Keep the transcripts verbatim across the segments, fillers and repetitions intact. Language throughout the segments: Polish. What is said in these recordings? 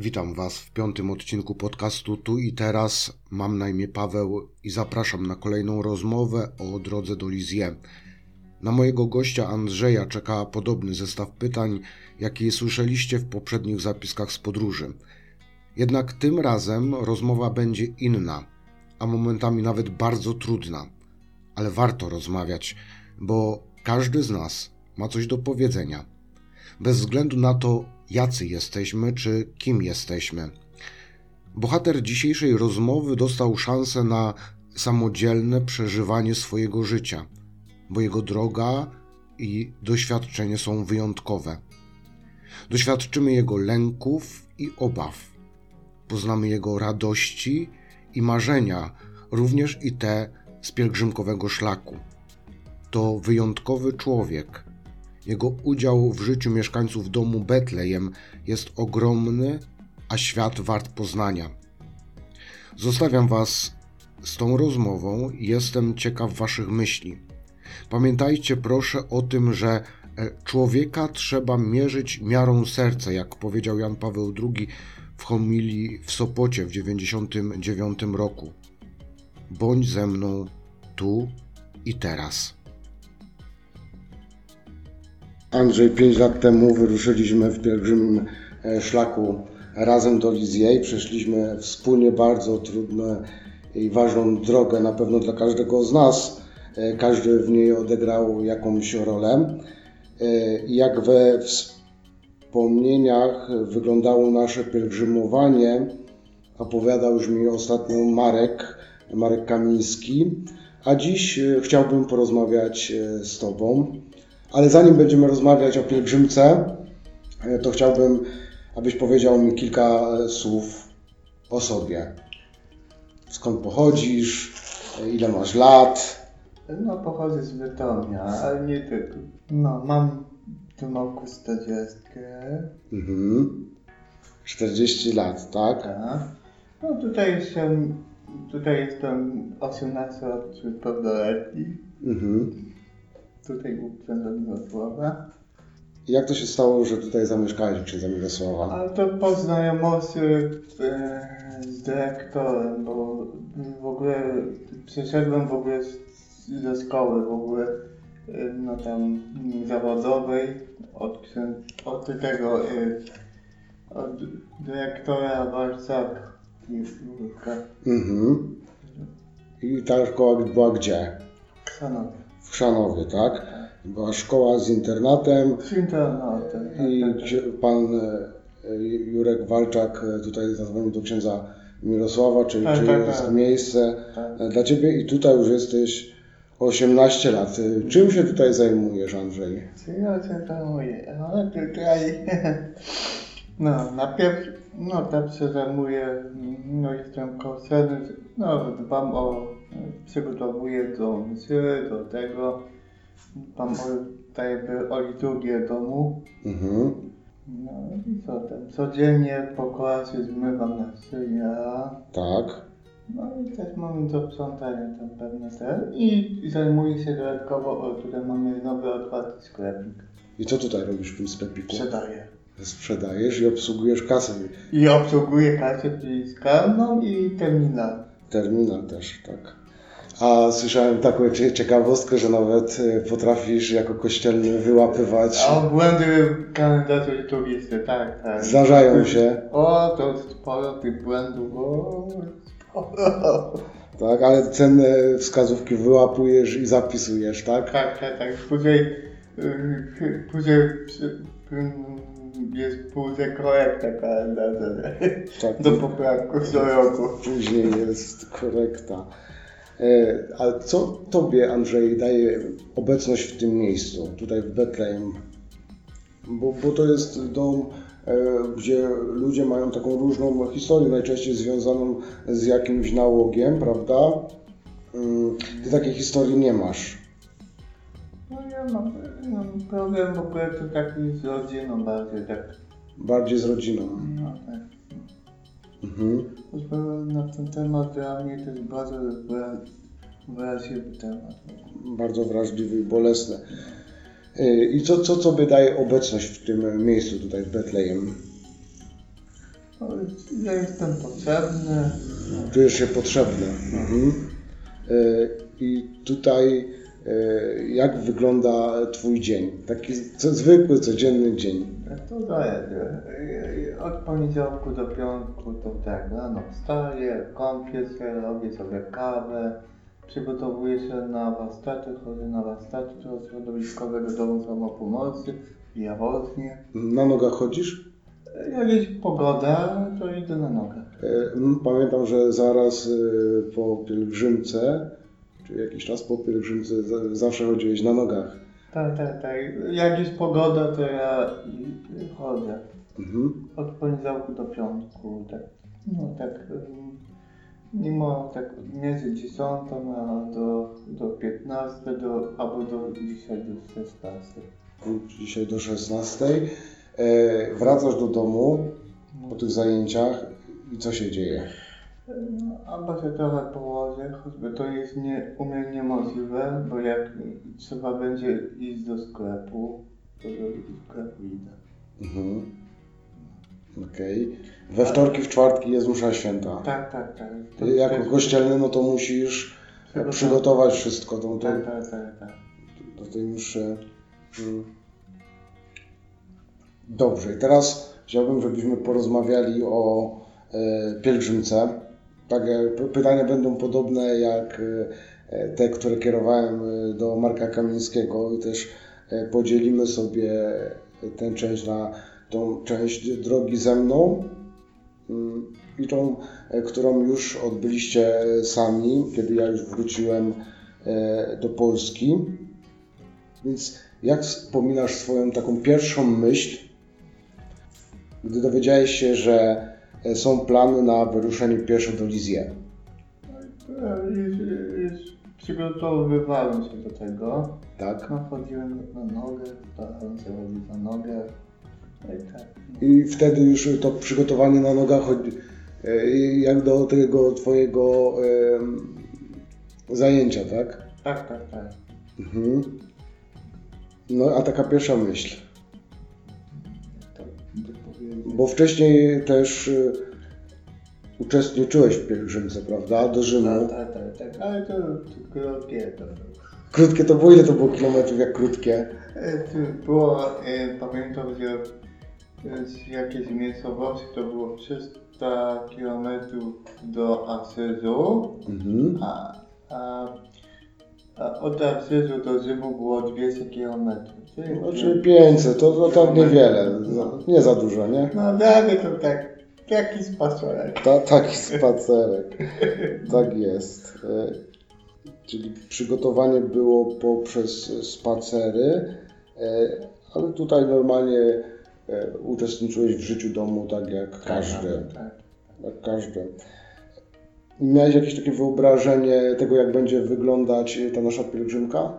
Witam Was w piątym odcinku podcastu Tu i Teraz. Mam na imię Paweł i zapraszam na kolejną rozmowę o drodze do Lisieux. Na mojego gościa Andrzeja czeka podobny zestaw pytań, jaki słyszeliście w poprzednich zapiskach z podróży. Jednak tym razem rozmowa będzie inna, a momentami nawet bardzo trudna. Ale warto rozmawiać, bo każdy z nas ma coś do powiedzenia. Bez względu na to, jacy jesteśmy, czy kim jesteśmy. Bohater dzisiejszej rozmowy dostał szansę na samodzielne przeżywanie swojego życia, bo jego droga i doświadczenie są wyjątkowe. Doświadczymy jego lęków i obaw. Poznamy jego radości i marzenia, również i te z pielgrzymkowego szlaku. To wyjątkowy człowiek. Jego udział w życiu mieszkańców domu Betlejem jest ogromny, a świat wart poznania. Zostawiam Was z tą rozmową i jestem ciekaw Waszych myśli. Pamiętajcie proszę o tym, że człowieka trzeba mierzyć miarą serca, jak powiedział Jan Paweł drugi w homilii w Sopocie w dziewięćdziesiątym dziewiątym roku. Bądź ze mną tu i teraz. Andrzej, pięć lat temu wyruszyliśmy w pielgrzymim szlaku razem do Lisieux i przeszliśmy wspólnie bardzo trudną i ważną drogę, na pewno dla każdego z nas. Każdy w niej odegrał jakąś rolę. I jak we wspomnieniach wyglądało nasze pielgrzymowanie, opowiadał już mi ostatnio Marek, Marek Kamiński, a dziś chciałbym porozmawiać z Tobą. Ale zanim będziemy rozmawiać o pielgrzymce, to chciałbym, abyś powiedział mi kilka słów o sobie. Skąd pochodzisz? Ile masz lat? No, pochodzę z Bytomia, ale nie tylko. No, mam w tym roku czterdziestkę. Mhm. czterdzieści lat, tak? Tak. No, tutaj jestem, tutaj jestem osiemnastoletni. Mhm. Tutaj uczę do Mirosława. Jak to się stało, że tutaj zamieszkałeś u księdza Mirosława? Ale to po znajomości e, z dyrektorem, bo w ogóle przeszedłem w ogóle ze szkoły w ogóle e, no tam zawodowej od, od tego e, od dyrektora Warszawy. Mhm. I ta szkoła była gdzie? W Chrzanowie. W Chrzanowie, tak? Była szkoła z internatem. Z internatem. I pan Jurek Walczak tutaj zadzwonił do księdza Mirosława, czyli tak, czy tak, jest tak. miejsce tak. dla Ciebie i tutaj już jesteś osiemnaście lat. Czym się tutaj zajmujesz, Andrzej? Czym ja się zajmuję? No tutaj, no najpierw, no tak się zajmuję, no jestem kościelny, no dbam o, przygotowuję do mszy, do tego, dbam o, tak jakby o liturgię domu. Mhm. No i co tam, codziennie po klasie zmywam na szyja. Tak. No i też mamy do sprzątania tam pewne te i zajmuję się dodatkowo, o tutaj mamy nowy otwarty sklepik. I co tutaj robisz w tym sklepiku? Sprzedaję. Sprzedajesz i obsługujesz kasę. I obsługuję kasę fiskalną i terminal. Terminal też, tak. A słyszałem taką ciekawostkę, że nawet potrafisz jako kościelny wyłapywać... A błędy kalendarzu turisty, tak, tak. Zdarzają się. O, to sporo tych błędów, o, sporo. Tak, ale cenne wskazówki wyłapujesz i zapisujesz, tak? Tak, tak, tak. Później, yy, później yy, jest później korekta kalendarza, Tak. do poprawku co roku. Później jest korekta. A co Tobie, Andrzej, daje obecność w tym miejscu, tutaj w Betlejem? Bo, bo to jest dom, gdzie ludzie mają taką różną historię, najczęściej związaną z jakimś nałogiem, prawda? Ty takiej historii nie masz. No ja mam, mam problem w ogóle to taki z rodziną bardziej, tak. Bardziej z rodziną. No tak. Mhm. Na ten temat dla mnie to jest bardzo wrażliwy temat. Bardzo wrażliwy i bolesny. I co, co, co by daje obecność w tym miejscu tutaj w Betlejem? No, ja jestem potrzebny. Czujesz się potrzebny. Mhm. I tutaj jak wygląda twój dzień? Taki co, zwykły, codzienny dzień. To zależy. Od poniedziałku do piątku to tak, rano wstaję, kąpię się, robię sobie kawę, przygotowuję się na warsztaty, chodzę na warsztaty do środowiskowego domu samopomocy w Jaworznie. Na nogach chodzisz? Jak jest pogoda, to idę na nogach. Pamiętam, że zaraz po pielgrzymce, czy jakiś czas po pielgrzymce, zawsze chodziłeś na nogach. Tak, tak, tak. Jak jest pogoda, to ja chodzę. Mhm. Od poniedziałku do piątku, tak. No tak, mimo tak między dziesiątą a do, do piętnastej, do, albo do dzisiaj do szesnastej. Dzisiaj do szesnastej. E, wracasz do domu po tych zajęciach i co się dzieje? No, albo się trochę położę, choćby to jest nie, u mnie niemożliwe, bo jak trzeba będzie iść do sklepu, to do sklepu idę. Mhm. Okej. Okay. We wtorki, w czwartki jest msza święta. Tak, tak, tak. To jako jest... kościelny, no to musisz przygotować, przygotować wszystko. To, to, tak, tak, tak, tak. Do tej mszy. Hmm. Dobrze, i teraz chciałbym, żebyśmy porozmawiali o e, pielgrzymce. Tak, e, pytania będą podobne jak e, te, które kierowałem do Marka Kamińskiego i też e, podzielimy sobie tę część na tą część drogi ze mną mm, i tą, e, którą już odbyliście sami, kiedy ja już wróciłem e, do Polski. Więc jak wspominasz swoją taką pierwszą myśl, gdy dowiedziałeś się, że są plany na wyruszenie pieszo do Lisieux? Już, już przygotowywałem się do tego. Tak. No, chodziłem na nogę, starałem się chodzić na nogę. No i tak. I wtedy już to przygotowanie na nogach, jak do tego twojego e, zajęcia, tak? Tak, tak, tak. Mhm. No a taka pierwsza myśl? Bo wcześniej też y, uczestniczyłeś w pielgrzymce, prawda? Do Rzymu. Tak, tak, tak, tak. Ale to, to krótkie to było. Krótkie to było? Ile to było kilometrów, jak krótkie? To było, e, pamiętam, że z jakiejś miejscowości to było trzysta kilometrów do Asyżu, mhm. a, a, a od Asyżu do Rzymu było dwieście kilometrów. No, czyli pięćset, to, to tak niewiele, no, nie za dużo, nie? No dalej to tak, taki spacerek. Ta, taki spacerek, tak jest. E, czyli przygotowanie było poprzez spacery, e, ale tutaj normalnie e, uczestniczyłeś w życiu domu tak jak każdy. Tak, tak. Jak każdy. I miałeś jakieś takie wyobrażenie tego, jak będzie wyglądać ta nasza pielgrzymka?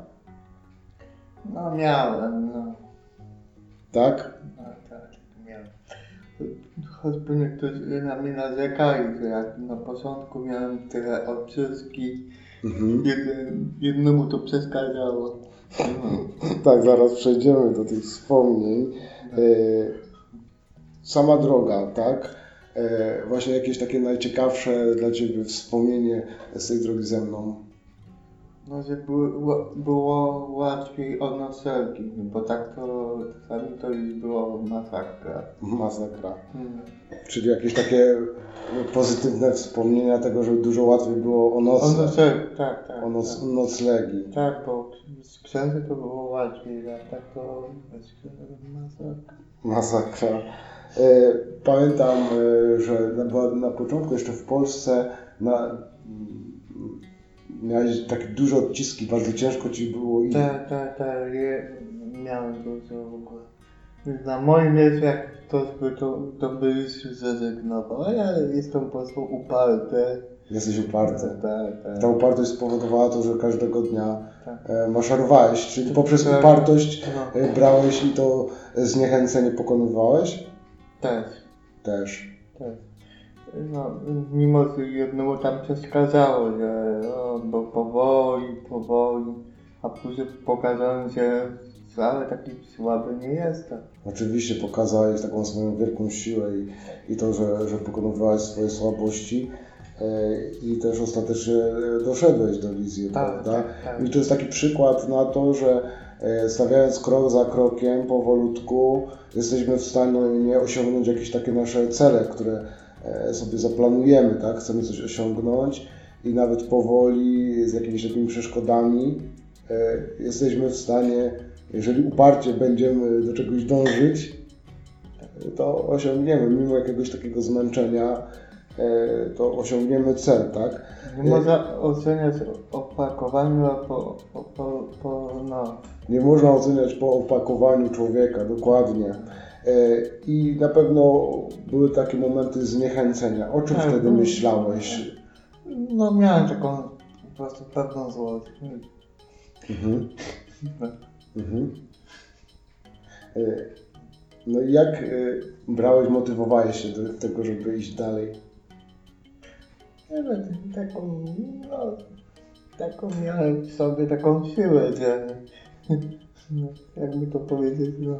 No miałem, no. Tak? No tak, miałem. Choćby niektórzy na mnie narzekali, że jak na początku miałem tyle odciski, mhm. jeden, jednemu to przeszkadzało. Tak, zaraz przejdziemy do tych wspomnień. E, sama droga, tak? E, właśnie jakieś takie najciekawsze dla Ciebie wspomnienie z tej drogi ze mną. No, że było, było łatwiej od nocleggi, bo tak to czasami to już było masakra. Masakra. Hmm. Czyli jakieś takie pozytywne wspomnienia tego, że dużo łatwiej było o nocy. O noclegi, tak, tak. O noc, tak. noclegi. Tak, bo z księży to było łatwiej, a tak to bez księży masakra. Masakra. E, pamiętam, e, że na, na początku jeszcze w Polsce na, miałeś takie duże odciski, bardzo ciężko Ci było i... Tak, tak, tak, je, miałem dużo w ogóle. Na moim miejscu jak ktoś by to, to by już zrezygnował, a ja jestem po prostu uparty. Jesteś uparty. Tak, tak. Ta upartość spowodowała to, że każdego dnia tak. e, maszerowałeś, czyli poprzez tak. upartość no. e, brałeś i to zniechęcenie pokonywałeś? Też. Też. Też. No, mimo że jednemu tam przeszkadzało, że no, bo powoli, powoli, a później pokazałem, że wcale taki słaby nie jestem. Oczywiście pokazałeś taką swoją wielką siłę i, i to, że, że pokonywałeś swoje słabości e, i też ostatecznie doszedłeś do Lizji, Tak, prawda? tak, tak. I to jest taki przykład na to, że e, stawiając krok za krokiem, powolutku, jesteśmy w stanie osiągnąć jakieś takie nasze cele, które e, sobie zaplanujemy, tak? Chcemy coś osiągnąć i nawet powoli, z jakimiś takimi przeszkodami e, jesteśmy w stanie, jeżeli uparcie będziemy do czegoś dążyć, to osiągniemy, mimo jakiegoś takiego zmęczenia, to osiągniemy cel, tak? Nie można oceniać opakowaniu, a po, po, po, po no. Nie można oceniać po opakowaniu człowieka, dokładnie. I na pewno były takie momenty zniechęcenia. O czym tak, wtedy no, myślałeś? No miałem taką po prostu pewną złość. Mhm. Mhm. No i jak brałeś, motywowałeś się do tego, żeby iść dalej? Nie wiem, taką, no, taką miałem w sobie taką siłę, że no, jakby to powiedzieć, no.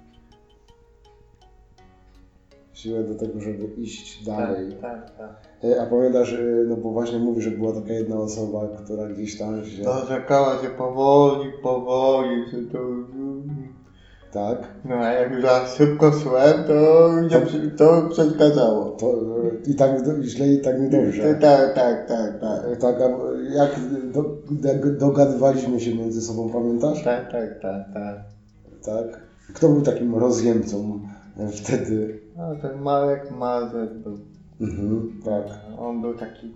Siłę do tego, żeby iść dalej. Tak, tak, tak. A pamiętasz, no bo właśnie mówisz, że była taka jedna osoba, która gdzieś tam się... Doczekała się powoli, powoli, że to... Tak? No a jak już za szybko szłem, to, to, to przeszkadzało. To, I tak źle, i tak niedobrze. Tak, tak, tak, tak. Tak, a jak do, dogadywaliśmy się między sobą, pamiętasz? Tak, tak, tak, tak. Tak? Kto był takim rozjemcą wtedy? No ten Marek Mazek był. Mhm, tak. On był taki...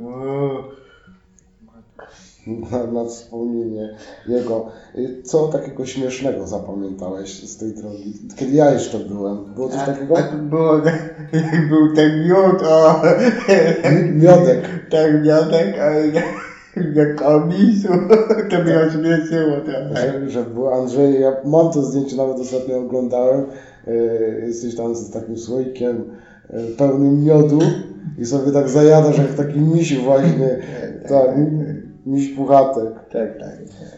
Na, na wspomnienie jego. Co takiego śmiesznego zapamiętałeś z tej drogi? Kiedy ja jeszcze byłem? Było coś a, takiego? A było, jak był ten miód, o... Miodek. Tak, miodek, a jak komisu, to mnie ośmieszyło trochę. Że, że był Andrzej, ja mam to zdjęcie, nawet ostatnio oglądałem. Jesteś tam z takim słoikiem pełnym miodu i sobie tak zajadasz jak taki misiu właśnie. Tak, miś puchatek. Tak, tak.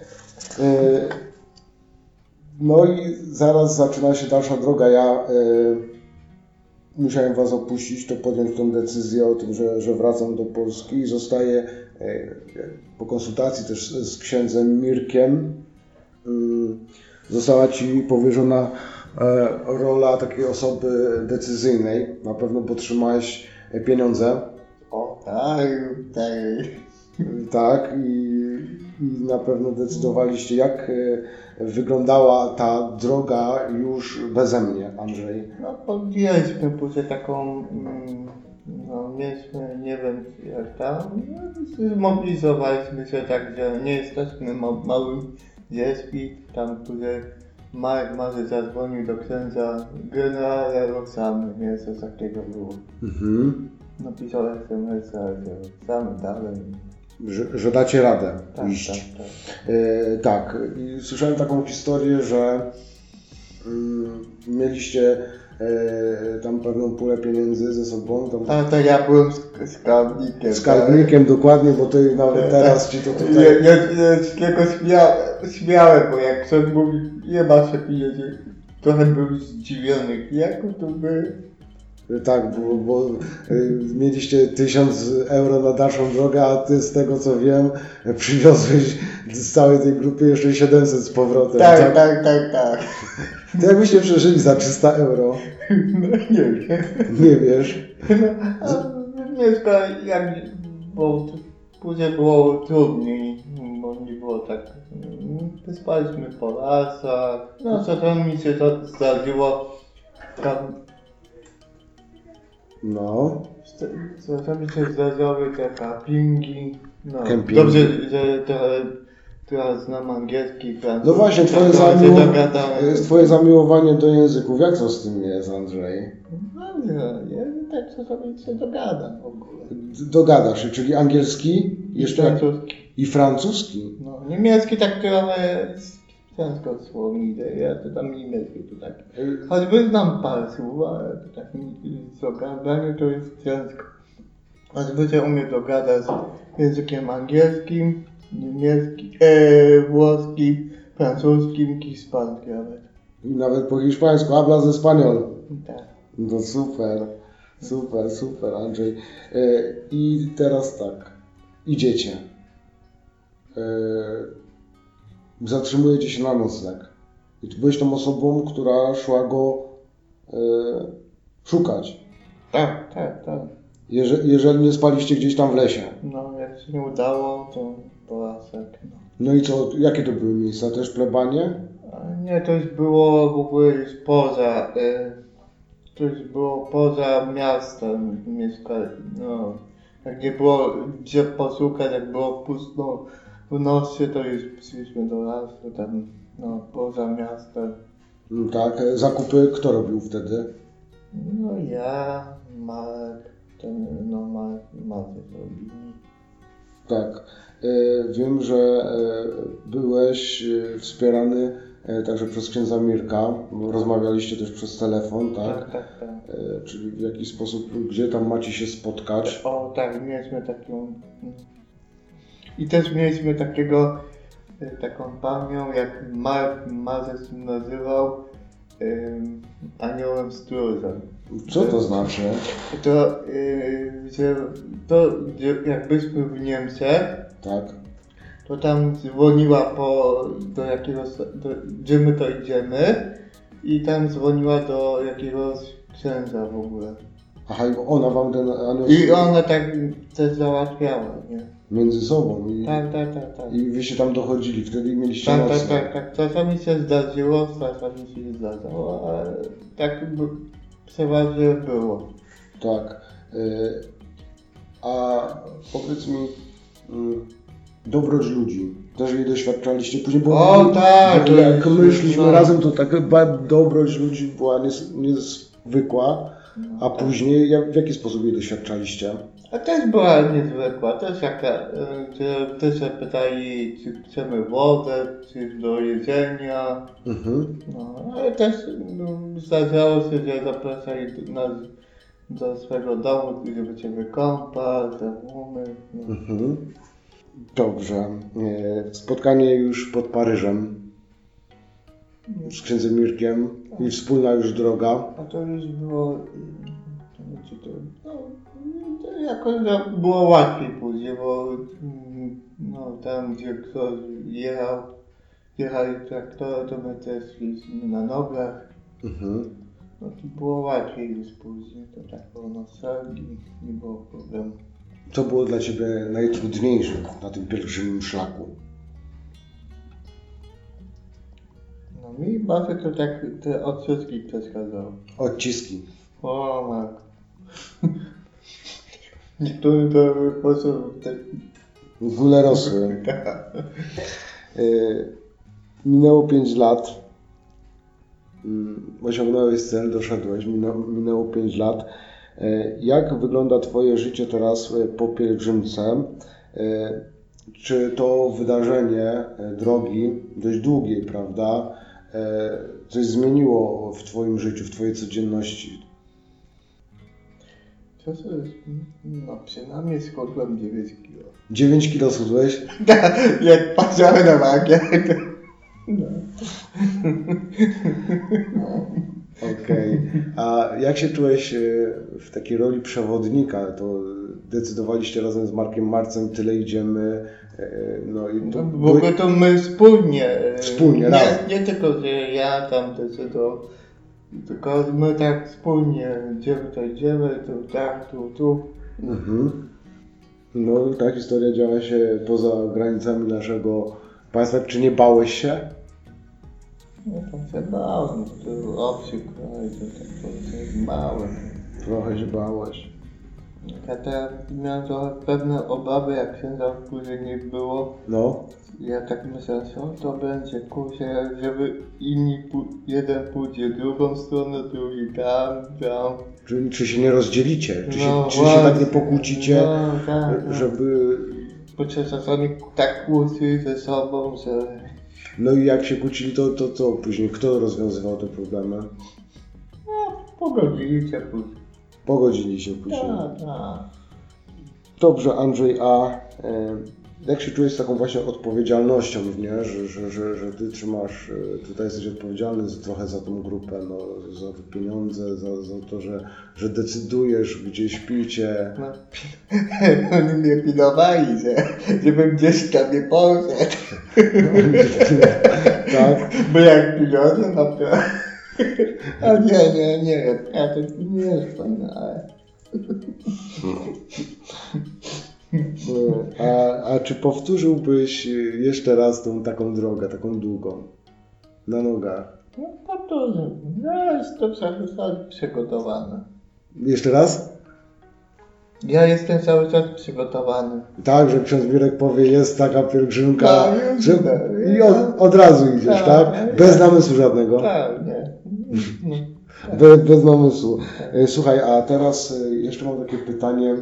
No i zaraz zaczyna się dalsza droga. Ja musiałem was opuścić, to podjąć tą decyzję o tym, że, że wracam do Polski i zostaję po konsultacji też z księdzem Mirkiem. Została ci powierzona rola takiej osoby decyzyjnej. Na pewno potrzymałeś pieniądze. O, tak, tak. Tak, i, i na pewno decydowaliście, jak wyglądała ta droga już beze mnie, Andrzej. No, podjęliśmy później taką, no, mieliśmy, nie wiem jak tam, no, zmobilizowaliśmy się tak, że nie jesteśmy ma- małym dzieckiem, tam później Marek Marzy zadzwonił do księdza generała Roxany, nie coś takiego było. Mhm. Napisał es em es a, że samy dalej. Że, że dacie radę Tak, iść. tak, tak. E, tak, i słyszałem taką historię, że mm, mieliście e, tam pewną pulę pieniędzy ze sobą. Tam... A to ja byłem sk- skarbnikiem. Skarbnikiem, tak? Dokładnie, bo ty nawet Tak, teraz ci to tutaj... Ja, ja, ja się tylko śmia- śmiałem, bo jak ktoś mówi, nie ma się pieniędzy, trochę był zdziwiony. Jak to by... Tak, bo, bo y, mieliście tysiąc euro na dalszą drogę, a ty z tego co wiem przywiozłeś z całej tej grupy jeszcze siedemset z powrotem. Tak, tak, tak, tak, tak. To jakbyście przeżyli za trzysta euro? No nie wiem. Nie wiesz. No, a mieszka jak, bo później było trudniej, bo nie było tak, spaliśmy po lasach, no co tam mi się to zdarzyło, tam, No. co tam mi się zdarzały te campingi, no Kempingi. dobrze, że trochę, trochę znam angielski, francuski. No właśnie, twoje, to się zamiło... dogadałem. twoje zamiłowanie do języków, jak to z tym jest, Andrzej? No nie, ja tak co sobie się dogadam w ogóle. Dogadasz się, czyli angielski jeszcze jak... Francuski. i francuski. No, niemiecki tak trochę ciężko słowo mi idzie, ja to tam niemiecki to tak. Choćby znam parę słów, ale to tak z ogarnianiu to jest ciężko. Choćby się umie dogadać z językiem angielskim, niemieckim, e, włoskim, francuskim, hiszpańskim nawet. I nawet po hiszpańsku, hablas español. Tak. No super, super, super, Andrzej. E, I teraz tak, idziecie. E, zatrzymujecie się na nocleg. I ty byłeś tą osobą, która szła go e, szukać. Tak, tak, tak. Jeżeli, jeżeli nie spaliście gdzieś tam w lesie. No, jak się nie udało, to polasek. No. No i co, jakie to były miejsca? Też plebanie? A nie, to już było w ogóle już poza, y, to już było poza miastem mieszkali, no. Jak nie było gdzie poszukać, jak było pusto w nocy, to już przyszliśmy do lasu, tam, no, poza miastem. No tak, zakupy kto robił wtedy? No ja, Marek, ten, no Marek, Marek robili. Tak. E, wiem, że e, byłeś e, wspierany e, także przez księdza Mirka, bo rozmawialiście też przez telefon, tak? Tak, tak, tak. E, czyli w jakiś sposób, gdzie tam macie się spotkać? O tak, mieliśmy taką... I też mieliśmy takiego, y, taką panią, jak Marek Mazes nazywał, ym, aniołem stróżem. Co to znaczy? To, y, że to, że jak byliśmy w Niemczech, Tak. to tam dzwoniła po, do jakiegoś, do, gdzie my to idziemy i tam dzwoniła do jakiegoś księdza w ogóle. Aha, i ona wam ten anioł I ona tak też załatwiała, nie? między sobą i, Tak, tak, tak, tak. i wyście tam dochodzili, wtedy mieliście Tak, tak, nocleg. tak, tak. Czasami się zdarzyło, czasami się nie zdarzało, ale tak by, przeważnie było. Tak. Y, a powiedz mi, y, dobroć ludzi, też jej doświadczaliście później, bo O, tak, bo to jak jest- my szliśmy no. razem, to tak chyba dobroć ludzi była nies, niezwykła, a później jak, w jaki sposób jej doświadczaliście? A też była niezwykła, też jaka, y, że też się pytali, czy chcemy wodę, czy do jedzenia. Mhm. No, ale też no, zdarzało się, że zapraszali nas do swego domu, żeby cię wykąpać, żeby umyć. No. Mhm. Dobrze. E, Spotkanie już pod Paryżem z księdzem Mirkiem i wspólna już droga. A to już było, y, czy to, no, to jakoś no, było łatwiej później, bo mm, no, tam gdzie ktoś jechał, jechali traktory, to my też szliśmy na nogach. Mhm. No to było łatwiej już później, to tak było na sali, nie było problemu. Co było dla Ciebie najtrudniejsze na tym pielgrzymim szlaku? No mi bardzo to tak te odciski przeszkadzały. Odciski. O tak. Niektórzy to by poszło tak... W ogóle rosły. E, Minęło pięć lat. Mm, Osiągnąłeś cel, doszedłeś. Minęło, minęło pięć lat. E, Jak wygląda Twoje życie teraz e, po pielgrzymce? E, Czy to wydarzenie e, drogi, dość długiej, prawda, e, coś zmieniło w Twoim życiu, w Twojej codzienności? Co to jest? No przynajmniej schudłem dziewięć kilo. dziewięć kilo schudłeś? Jak patrzyłem na wagę, to... No. Okej. A jak się czułeś e, w takiej roli przewodnika? To decydowaliście razem z Markiem Marcem, tyle idziemy. e, No i to No, w ogóle to my wspólnie. e, Wspólnie, nie, razem. nie tylko, że ja tam decydował, tylko my tak wspólnie, gdzie my to idziemy, tu tak, tu, tu. Mhm. No ta historia działa się poza granicami naszego państwa. Czy nie bałeś się? No tam się bałem, to obcy kraj, to tak to bałem. Trochę się bałeś. Ja teraz miałem trochę pewne obawy, jak księdza później nie było. No. Ja tak myślałem, co to będzie, kurczę, żeby inni, pu- jeden pójdzie drugą stronę, drugi tam, tam. Czy, czy się nie rozdzielicie? Czy, No się, czy się tak właśnie. nie pokłócicie, No, tak, tak. żeby... Bo się czasami tak kłóci ze sobą, że... No i jak się kłócili, to, to co później? Kto rozwiązywał te problemy? No, pogodzili się później. Pogodzili się później. Tak, tak. Dobrze, Andrzej, a e, Jak się czujesz z taką właśnie odpowiedzialnością, nie? Że, że, że, że ty trzymasz, tutaj jesteś odpowiedzialny za, trochę za tą grupę, no, za te pieniądze, za, za to, że, że decydujesz, gdzie śpicie. No, oni mnie pilnowali, że, żebym gdzieś tam nie poszedł. Tak? Bo jak pieniądze, no to... A nie, nie, nie, ja to nie jest fajne, ale... A, a czy powtórzyłbyś jeszcze raz tą taką drogę, taką długą? Na nogach? No powtórzę. Ja jestem cały czas przygotowany. Jeszcze raz? Ja jestem cały czas przygotowany. Tak, że ksiądz Mirek powie, jest taka pielgrzymka, Tak, że... tak. i od, od razu idziesz, tak? Tak. Bez namysłu żadnego? Tak, nie. No, tak. Bez, bez namysłu. Słuchaj, a teraz jeszcze mam takie pytanie.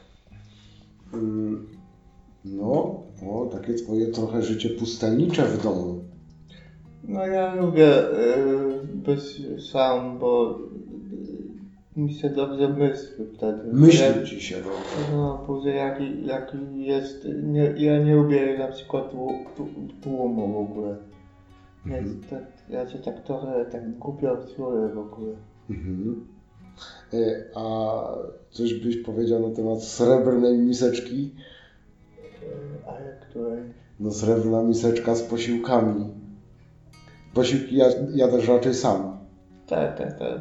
No, o, takie twoje trochę życie pustelnicze w domu. No ja lubię y, być sam, bo y, mi się dobrze myśli wtedy. Myśli Ja- ci się dobrze. No, później jak, jak jest, nie, ja nie lubię na przykład tłu- tłu- tłumu w ogóle. Ja, Mhm. tak, ja się tak trochę tak głupio czuję w ogóle. Mhm. E, A coś byś powiedział na temat srebrnej miseczki? A jak której? No srebrna miseczka z posiłkami. Posiłki jad- jadasz raczej sam. Tak, tak, tak.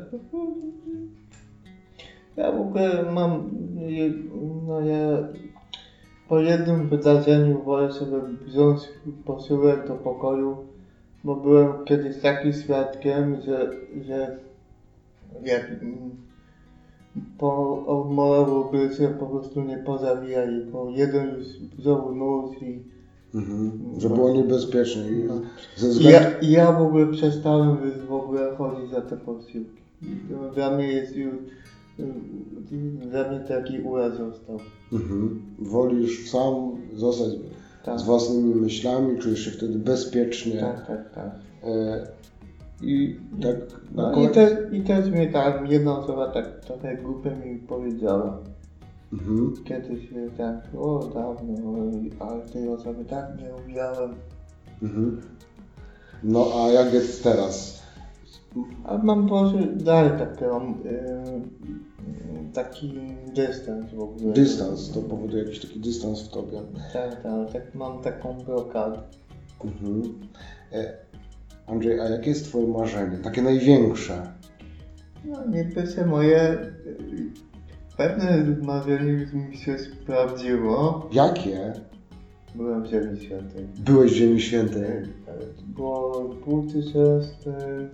Ja w ogóle mam, no ja po jednym wydarzeniu wolę sobie wziąć posiłek do pokoju, bo byłem kiedyś takim świadkiem, że, że jak mm, po odmorowu by się po prostu nie pozawijali, bo jeden już wziął nóż i Mhm. Że było niebezpiecznie. I No. ze I względu... ja, i ja w ogóle przestałem już w ogóle chodzić za te posiłki. I Dla mnie jest już, dla mnie taki uraz został. Mhm. Wolisz sam zostać Tak, z własnymi myślami, czujesz się wtedy bezpiecznie. tak, tak, tak. E, I tak na No i, koniec... te, I też mi tak jedna osoba tak trochę głupio mi powiedziała. Mhm. Kiedyś e, tak, o dawno, ale tej osoby tak nie lubiałem. Mhm. No a jak jest teraz? A mam Boże, dalej taki, mam, e, taki dystans w ogóle. Dystans, to powoduje jakiś taki dystans w tobie. Tak, tak, tak mam taką blokadę. Mhm. E, Andrzej, a jakie jest twoje marzenie? Takie największe? No niby się moje y, pewne marzenie już mi się sprawdziło. Jakie? Byłem w Ziemi Świętej. Byłeś w Ziemi Świętej. Było dwa tysiące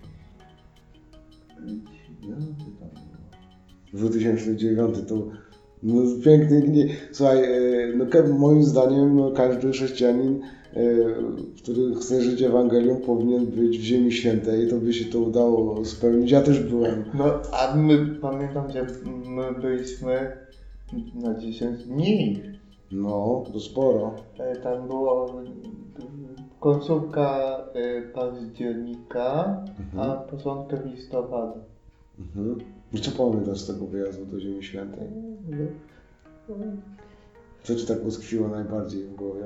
dwa tysiące dziewiąty to no, piękny nie. Słuchaj, e, no, ka- moim zdaniem no, każdy chrześcijanin, e, który chce żyć Ewangelią, powinien być w Ziemi Świętej. To by się to udało spełnić. Ja też byłem. No a my pamiętam, że my byliśmy na dziesięć dni. No, to sporo. E, Tam było końcówka e, października, a Mhm. początek listopada. Mhm. I co pamiętasz z tego wyjazdu do Ziemi Świętej? Co ci tak uskwiło najbardziej w głowie?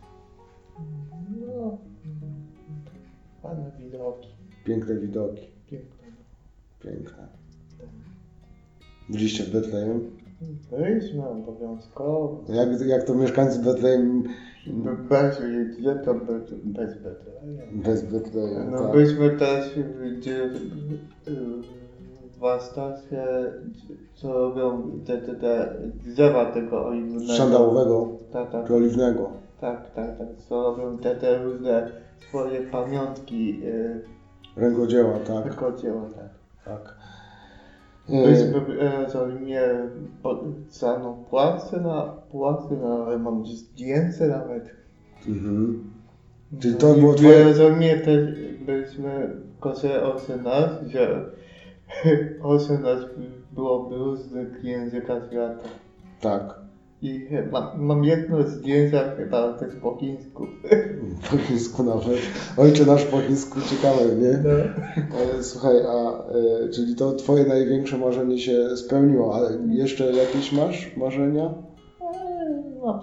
No, fajne widoki, Piękne widoki. piękne. Piękne. Byliście w Betlejem? Byliśmy obowiązkowo. Jak, jak to mieszkańcy Betlejem Bez gdzie to bez, bez Betlejem. bez Betlejem? No tak. byliśmy też gdzie w warsztacie, co robią te, te, te drzewa tego oliwnego. Szandałowego Tak, tak, czy oliwnego? tak, tak, tak, co robią te, te różne swoje pamiątki, yy, Rękodzieła, tak. wykodzieła, tak. tak. Byliśmy E, w Jerozolimie pod samą płacę na płacę, no, ale mam zdjęcie nawet. mhm. Czyli No to i było w twoje... Jerozolimie też byliśmy w kościele osiemnastym, że osiemnaście było w różnych językach świata. Tak. I mam, mam jedno zdjęcie chyba też po chińsku. Po chińsku nawet. Ojcze nasz po chińsku, ciekawe, nie? No. E, Słuchaj, a e, czyli to twoje największe marzenie się spełniło, ale jeszcze jakieś masz marzenia? No,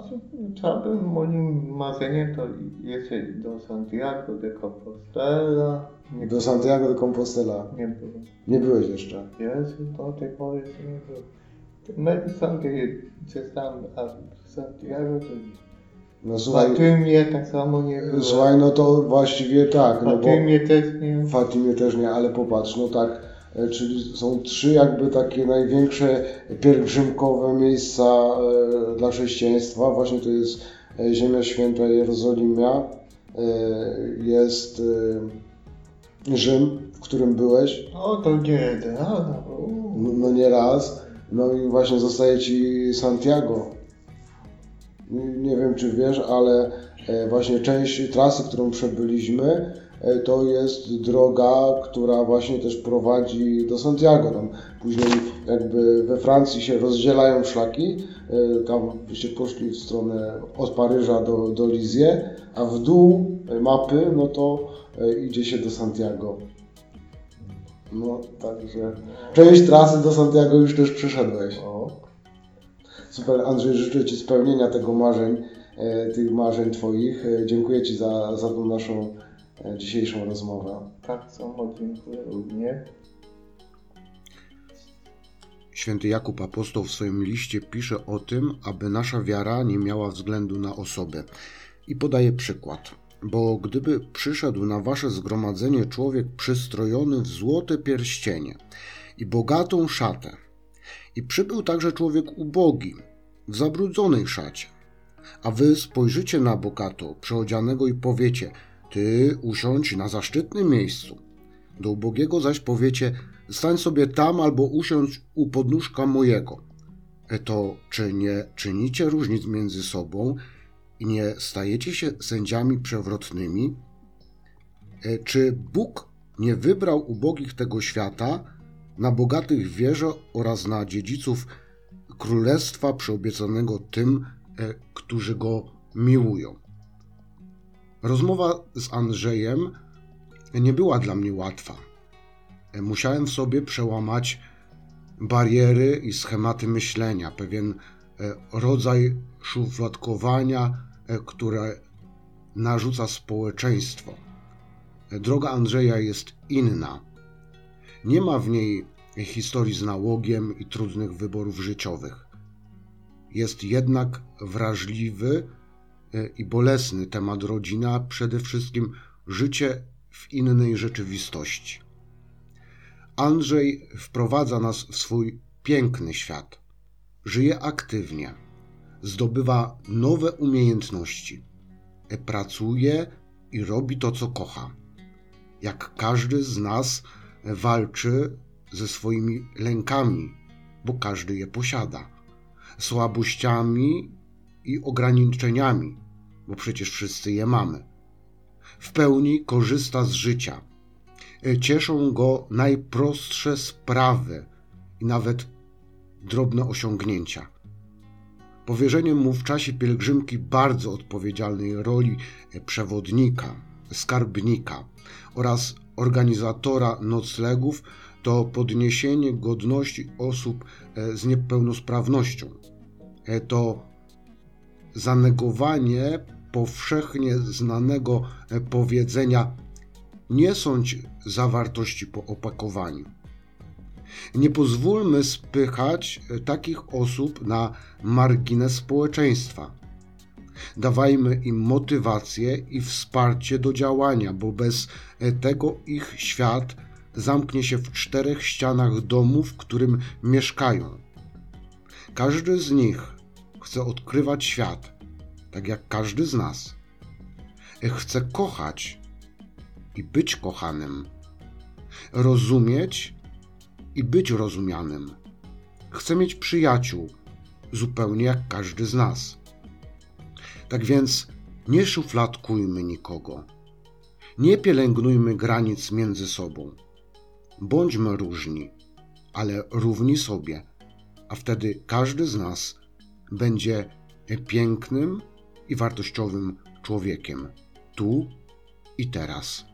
całym moim marzeniem to jest do Santiago de Compostela. Nie Do Santiago de Compostela. Nie byłem. Nie byłeś jeszcze. Jezu, do tej pory jeszcze nie byłem. My Santiago, gdzieś tam, a Santiago to nie. No słuchaj, Fatimie tak samo nie było. słuchaj, no to właściwie tak. No bo Fatimie też nie. Fatimie też nie, ale popatrz, no tak, e, czyli są trzy jakby takie największe pielgrzymkowe miejsca e, dla chrześcijaństwa. Właśnie to jest e, Ziemia Święta Jerozolimia, e, jest e, Rzym, w którym byłeś, O, to nie, no, no, no nie raz, no i właśnie zostaje Ci Santiago. Nie, nie wiem czy wiesz, ale e, właśnie część trasy, którą przebyliśmy, e, to jest droga, która właśnie też prowadzi do Santiago. Tam później jakby we Francji się rozdzielają szlaki, e, tam byście poszli w stronę od Paryża do, do Lisieux, a w dół mapy no to e, idzie się do Santiago. No także część trasy do Santiago już też przeszedłeś. O. Super, Andrzej, życzę Ci spełnienia tego marzeń, e, tych marzeń Twoich. E, dziękuję Ci za, za tą naszą e, dzisiejszą rozmowę. Tak samo dziękuję również. Święty Jakub Apostoł w swoim liście pisze o tym, aby nasza wiara nie miała względu na osobę. I podaje przykład. Bo gdyby przyszedł na wasze zgromadzenie człowiek przystrojony w złote pierścienie i bogatą szatę, i przybył także człowiek ubogi, w zabrudzonej szacie, a wy spojrzycie na bogato przyodzianego i powiecie, ty usiądź na zaszczytnym miejscu. Do ubogiego zaś powiecie, stań sobie tam albo usiądź u podnóżka mojego. To czy nie czynicie różnic między sobą i nie stajecie się sędziami przewrotnymi? Czy Bóg nie wybrał ubogich tego świata, na bogatych w wierze oraz na dziedziców królestwa przyobiecanego tym, którzy go miłują? Rozmowa z Andrzejem nie była dla mnie łatwa. Musiałem w sobie przełamać bariery i schematy myślenia, pewien rodzaj szufladkowania, które narzuca społeczeństwo. Droga Andrzeja jest inna. Nie ma w niej historii z nałogiem i trudnych wyborów życiowych. Jest jednak wrażliwy i bolesny temat rodzina, a przede wszystkim życie w innej rzeczywistości. Andrzej wprowadza nas w swój piękny świat. Żyje aktywnie, zdobywa nowe umiejętności, pracuje i robi to, co kocha. Jak każdy z nas walczy ze swoimi lękami, bo każdy je posiada, słabościami i ograniczeniami, bo przecież wszyscy je mamy. W pełni korzysta z życia. Cieszą go najprostsze sprawy i nawet drobne osiągnięcia. Powierzenie mu w czasie pielgrzymki bardzo odpowiedzialnej roli przewodnika, skarbnika oraz organizatora noclegów to podniesienie godności osób z niepełnosprawnością. To zanegowanie powszechnie znanego powiedzenia nie sądź zawartości po opakowaniu. Nie pozwólmy spychać takich osób na margines społeczeństwa. Dawajmy im motywację i wsparcie do działania, bo bez tego ich świat zamknie się w czterech ścianach domu, w którym mieszkają. Każdy z nich chce odkrywać świat, tak jak każdy z nas. Chce kochać i być kochanym, rozumieć i być rozumianym. Chce mieć przyjaciół, zupełnie jak każdy z nas. Tak więc nie szufladkujmy nikogo, nie pielęgnujmy granic między sobą. Bądźmy różni, ale równi sobie, a wtedy każdy z nas będzie pięknym i wartościowym człowiekiem, tu i teraz.